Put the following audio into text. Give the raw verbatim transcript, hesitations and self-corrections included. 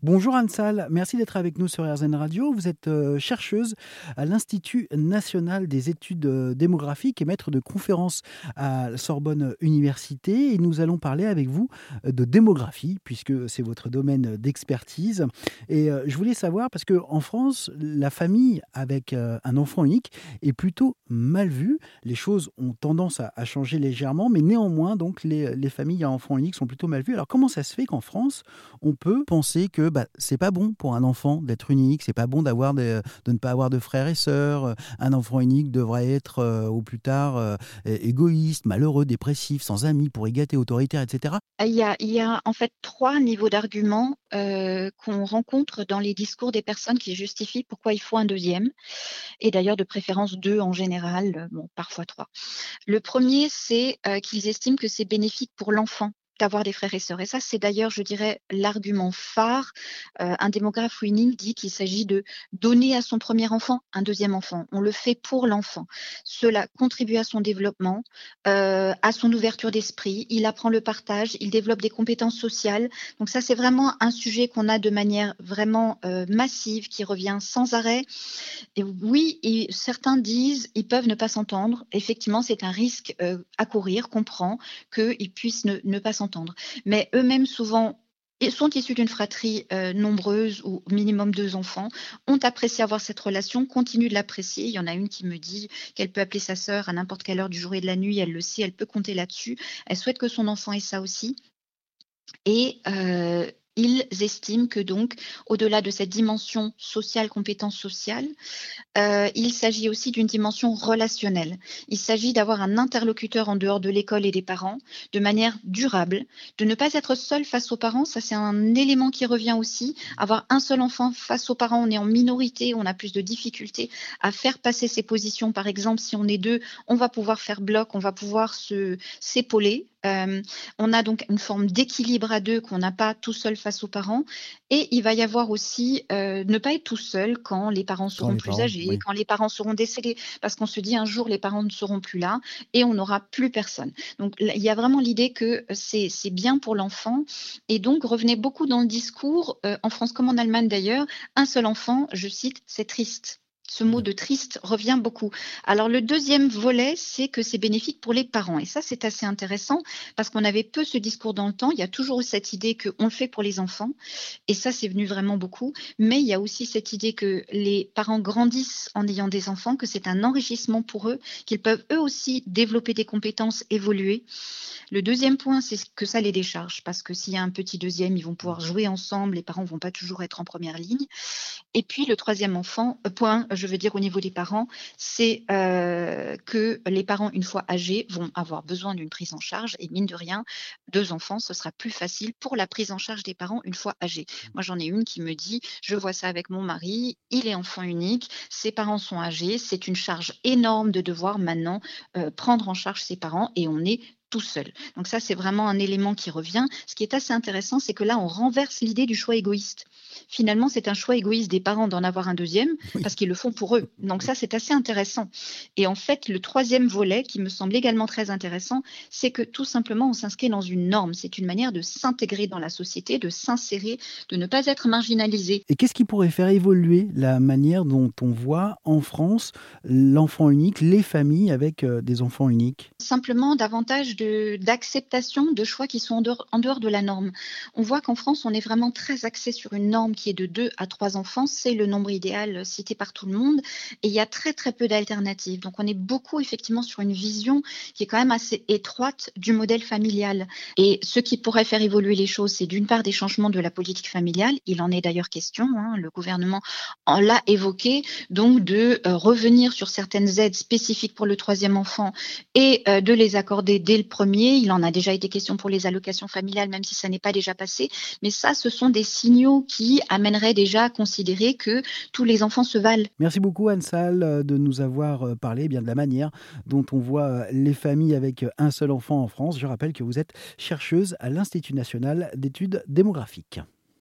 Bonjour Anne Salle, merci d'être avec nous sur R Z N Radio. Vous êtes euh, chercheuse à l'Institut national des études euh, démographiques et maître de conférences à la Sorbonne Université. Et nous allons parler avec vous euh, de démographie, puisque c'est votre domaine d'expertise. Et euh, je voulais savoir, parce qu'en France, la famille avec euh, un enfant unique est plutôt mal vue. Les choses ont tendance à, à changer légèrement, mais néanmoins, donc, les, les familles à enfant unique sont plutôt mal vues. Alors comment ça se fait qu'en France, on peut penser que bah, c'est pas bon pour un enfant d'être unique, c'est pas bon d'avoir des- de ne pas avoir de frères et sœurs. Un enfant unique devrait être euh, au plus tard euh, égoïste, malheureux, dépressif, sans amis, pour gâter, autoritaire, et cetera. Il y a il y a en fait trois niveaux d'arguments, heu, qu'on rencontre dans les discours des personnes qui justifient pourquoi il faut un deuxième et d'ailleurs de préférence deux en général, heu, bon parfois trois. Le premier, c'est, heu, qu'ils estiment que c'est bénéfique pour l'enfant d'avoir des frères et sœurs et ça, c'est d'ailleurs, je dirais, l'argument phare. Heu, un démographe Winning dit qu'il s'agit de donner à son premier enfant un deuxième enfant. On le fait pour l'enfant. Cela contribue à son développement, heu, à son ouverture d'esprit. Il apprend le partage, il développe des compétences sociales. Donc ça, c'est vraiment un sujet qu'on a de manière vraiment, heu, massive, qui revient sans arrêt et oui, et certains disent: «Ils peuvent ne pas s'entendre». Effectivement, c'est un risque, heu, à courir, qu'on prend, qu'ils puissent ne ne pas s'entendre. Mais eux-mêmes souvent et sont issus d'une fratrie, heu, nombreuse ou minimum deux enfants, ont apprécié avoir cette relation, continuent de l'apprécier. Il y en a une qui me dit qu'elle peut appeler sa sœur à n'importe quelle heure du jour et de la nuit, elle le sait, elle peut compter là-dessus. Elle souhaite que son enfant ait ça aussi. Et heu, ils estiment que donc, au-delà de cette dimension sociale, compétence sociale, Heu, il s'agit aussi d'une dimension relationnelle. Il s'agit d'avoir un interlocuteur en dehors de l'école et des parents, de manière durable, de ne pas être seul face aux parents, ça c'est un élément qui revient aussi. Avoir un seul enfant face aux parents, on est en minorité, on a plus de difficultés à faire passer ses positions. Par exemple, si on est deux, on va pouvoir faire bloc, on va pouvoir se s'épauler. Hem, on a donc une forme d'équilibre à deux qu'on n'a pas tout seul face aux parents et il va y avoir aussi, heu, ne pas être tout seul quand les parents Quand seront les plus parents, âgés, oui. quand les parents seront décédés. Parce qu'on se dit: «Un jour, les parents ne seront plus là et on n'aura plus personne». Donc là, il y a vraiment l'idée que c'est c'est bien pour l'enfant et donc revenait beaucoup dans le discours, heu, en France comme en Allemagne d'ailleurs: «Un seul enfant», je cite: «c'est triste». Ce mot de triste revient beaucoup. Alors le deuxième volet, c'est que c'est bénéfique pour les parents et ça, c'est assez intéressant parce qu'on avait peu ce discours dans le temps. Il y a toujours eu cette idée qu'on le fait pour les enfants et ça, c'est venu vraiment beaucoup. Mais il y a aussi cette idée que les parents grandissent en ayant des enfants, que c'est un enrichissement pour eux, qu'ils peuvent eux aussi développer des compétences, évoluer. Le deuxième point, c'est que ça les décharge, parce que s'il y a un petit deuxième, ils vont pouvoir jouer ensemble, les parents vont pas toujours être en première ligne. Et puis le troisième enfant, euh, point, je veux dire au niveau des parents, c'est euh, que les parents, une fois âgés, vont avoir besoin d'une prise en charge. Et mine de rien, deux enfants, ce sera plus facile pour la prise en charge des parents une fois âgés. Moi, j'en ai une qui me dit, je vois ça avec mon mari, il est enfant unique, ses parents sont âgés, c'est une charge énorme de devoir maintenant euh, prendre en charge ses parents et on est tout seul. Donc ça, c'est vraiment un élément qui revient. Ce qui est assez intéressant, c'est que là, on renverse l'idée du choix égoïste. Finalement, c'est un choix égoïste des parents d'en avoir un deuxième Oui, parce qu'ils le font pour eux. Donc oui. ça, c'est assez intéressant. Et en fait, le troisième volet qui me semble également très intéressant, c'est que tout simplement, on s'inscrit dans une norme. C'est une manière de s'intégrer dans la société, de s'insérer, de ne pas être marginalisé. Et qu'est-ce qui pourrait faire évoluer la manière dont on voit en France l'enfant unique, les familles avec euh, des enfants uniques? Simplement davantage de d'acceptation de choix qui sont en dehors en dehors de la norme. On voit qu'en France, on est vraiment très axé sur une norme qui est de deux à trois enfants. C'est le nombre idéal, heu, cité par tout le monde et il y a très, très peu d'alternatives. Donc on est beaucoup effectivement sur une vision qui est quand même assez étroite du modèle familial et ce qui pourrait faire évoluer les choses, c'est d'une part des changements de la politique familiale. Il en est d'ailleurs question, hein, le gouvernement en l'a évoqué, donc de, heu, revenir sur certaines aides spécifiques pour le troisième enfant et heu, de les accorder dès le premier. Il en a déjà été question pour les allocations familiales, même si ça n'est pas déjà passé. Mais ça, ce sont des signaux qui amèneraient déjà à considérer que tous les enfants se valent. Merci beaucoup Anne Salle euh, de nous avoir euh, parlé eh bien de la manière dont on voit euh, les familles avec euh, un seul enfant en France. Je rappelle que vous êtes chercheuse à l'Institut national d'études démographiques.